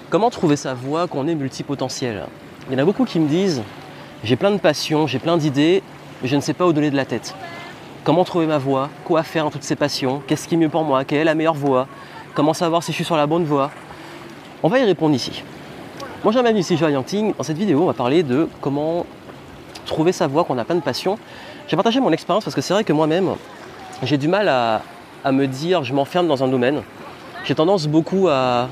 Comment trouver sa voie quand on est multipotentiel? Il y en a beaucoup qui me disent « j'ai plein de passions, j'ai plein d'idées, mais je ne sais pas où donner de la tête ». Comment trouver ma voie? Quoi faire dans toutes ces passions? Qu'est-ce qui est mieux pour moi? Quelle est la meilleure voie? Comment savoir si je suis sur la bonne voie? On va y répondre ici. Moi j'aime ici Johan Yangting. Dans cette vidéo, on va parler de comment trouver sa voie quand on a plein de passions. J'ai partagé mon expérience parce que c'est vrai que moi-même, j'ai du mal à me dire je m'enferme dans un domaine. J'ai tendance beaucoup à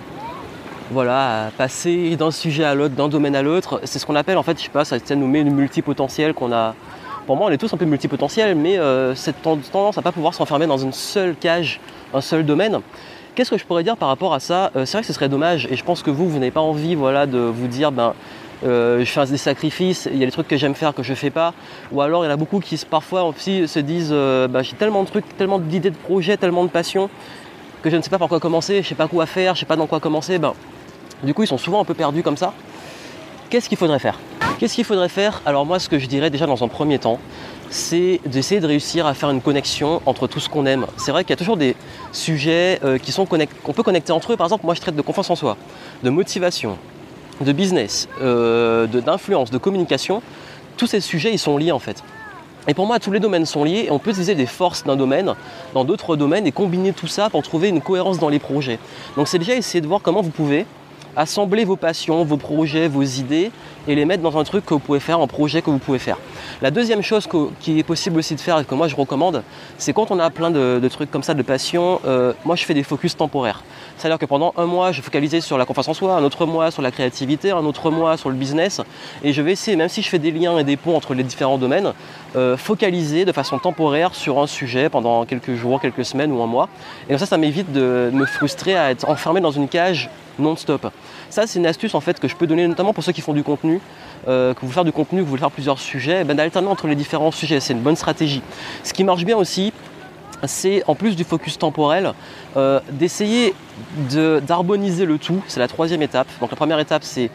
passer d'un sujet à l'autre, d'un domaine à l'autre. C'est ce qu'on appelle, en fait, je sais pas, ça nous met une multipotentiel qu'on a. Pour moi, on est tous un peu multipotentiels, mais cette tendance à ne pas pouvoir s'enfermer dans une seule cage, un seul domaine. Qu'est-ce que je pourrais dire par rapport à ça? C'est vrai que ce serait dommage, et je pense que vous n'avez pas envie de vous dire je fais des sacrifices, il y a des trucs que j'aime faire que je ne fais pas. Ou alors il y en a beaucoup qui parfois aussi se disent j'ai tellement de trucs, tellement d'idées de projets, tellement de passions, que je ne sais pas par quoi commencer, je ne sais pas quoi faire, je ne sais pas dans quoi commencer. Du coup, ils sont souvent un peu perdus comme ça. Qu'est-ce qu'il faudrait faire? Qu'est-ce qu'il faudrait faire? Alors moi, ce que je dirais déjà dans un premier temps, c'est d'essayer de réussir à faire une connexion entre tout ce qu'on aime. C'est vrai qu'il y a toujours des sujets qu'on peut connecter entre eux. Par exemple, moi, je traite de confiance en soi, de motivation, de business, d'influence, de communication. Tous ces sujets, ils sont liés en fait. Et pour moi, tous les domaines sont liés et on peut utiliser des forces d'un domaine dans d'autres domaines et combiner tout ça pour trouver une cohérence dans les projets. Donc c'est déjà essayer de voir comment vous pouvez assembler vos passions, vos projets, vos idées et les mettre dans un truc que vous pouvez faire, un projet que vous pouvez faire. La deuxième chose qui est possible aussi de faire et que moi je recommande, c'est quand on a plein de trucs comme ça, de passions, moi je fais des focus temporaires. C'est-à-dire que pendant un mois, je vais focaliser sur la confiance en soi, un autre mois sur la créativité, un autre mois sur le business. Et je vais essayer, même si je fais des liens et des ponts entre les différents domaines, focaliser de façon temporaire sur un sujet pendant quelques jours, quelques semaines ou un mois. Et comme ça m'évite de me frustrer à être enfermé dans une cage non-stop. Ça, c'est une astuce en fait que je peux donner notamment pour ceux qui font du contenu, que vous faire du contenu, que vous voulez faire plusieurs sujets, d'alterner entre les différents sujets. C'est une bonne stratégie. Ce qui marche bien aussi, c'est en plus du focus temporel, d'essayer d'harmoniser le tout. C'est la troisième étape. Donc la première étape, c'est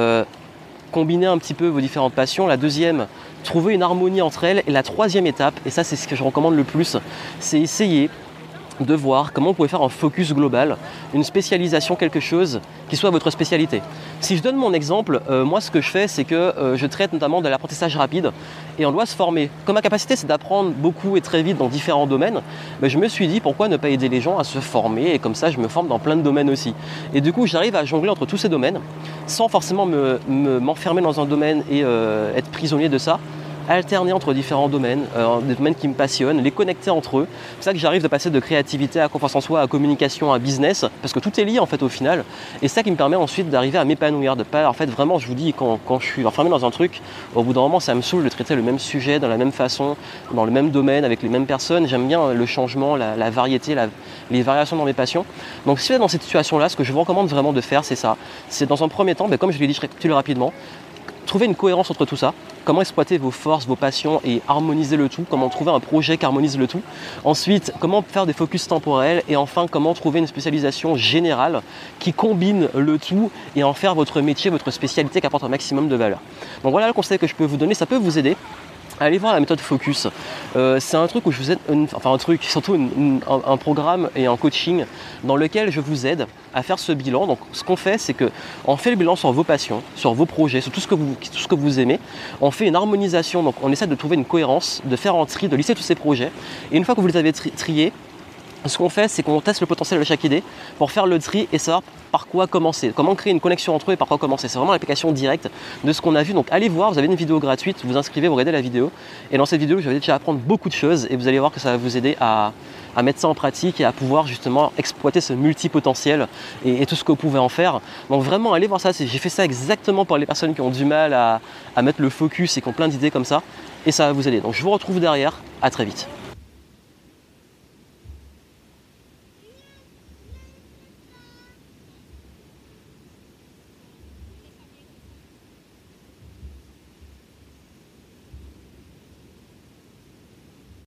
combiner un petit peu vos différentes passions. La deuxième, trouver une harmonie entre elles. Et la troisième étape, et ça c'est ce que je recommande le plus, c'est essayer de voir comment vous pouvez faire un focus global, une spécialisation, quelque chose qui soit votre spécialité. Si je donne mon exemple, moi ce que je fais, c'est que je traite notamment de l'apprentissage rapide et on doit se former. Comme ma capacité c'est d'apprendre beaucoup et très vite dans différents domaines, je me suis dit pourquoi ne pas aider les gens à se former et comme ça je me forme dans plein de domaines aussi. Et du coup j'arrive à jongler entre tous ces domaines sans forcément m'enfermer dans un domaine et être prisonnier de ça. Alterner entre différents domaines, des domaines qui me passionnent, les connecter entre eux. C'est pour ça que j'arrive de passer de créativité à confiance en soi, à communication, à business, parce que tout est lié en fait au final. Et c'est ça qui me permet ensuite d'arriver à m'épanouir, de pas en fait vraiment, je vous dis, quand je suis enfermé dans un truc, au bout d'un moment ça me saoule de traiter le même sujet, de la même façon, dans le même domaine, avec les mêmes personnes. J'aime bien le changement, la variété, les variations dans mes passions. Donc si vous êtes dans cette situation-là, ce que je vous recommande vraiment de faire, c'est ça. C'est dans un premier temps, comme je l'ai dit, je récapitule rapidement, trouver une cohérence entre tout ça, comment exploiter vos forces, vos passions et harmoniser le tout, comment trouver un projet qui harmonise le tout. Ensuite, comment faire des focus temporels et enfin, comment trouver une spécialisation générale qui combine le tout et en faire votre métier, votre spécialité qui apporte un maximum de valeur. Donc voilà le conseil que je peux vous donner, ça peut vous aider. Allez voir la méthode Focus. C'est un truc où je vous aide, surtout un programme et un coaching dans lequel je vous aide à faire ce bilan. Donc ce qu'on fait, c'est qu'on fait le bilan sur vos passions, sur vos projets, sur tout ce que vous aimez. On fait une harmonisation, donc on essaie de trouver une cohérence, de faire un tri, de lister tous ces projets. Et une fois que vous les avez triés, ce qu'on fait, c'est qu'on teste le potentiel de chaque idée pour faire le tri et savoir par quoi commencer, comment créer une connexion entre eux et par quoi commencer. C'est vraiment l'application directe de ce qu'on a vu. Donc allez voir, vous avez une vidéo gratuite, vous inscrivez, vous regardez la vidéo. Et dans cette vidéo, je vais déjà apprendre beaucoup de choses et vous allez voir que ça va vous aider à mettre ça en pratique et à pouvoir justement exploiter ce multipotentiel et tout ce que vous pouvez en faire. Donc vraiment, allez voir ça. J'ai fait ça exactement pour les personnes qui ont du mal à mettre le focus et qui ont plein d'idées comme ça. Et ça va vous aider. Donc je vous retrouve derrière. À très vite.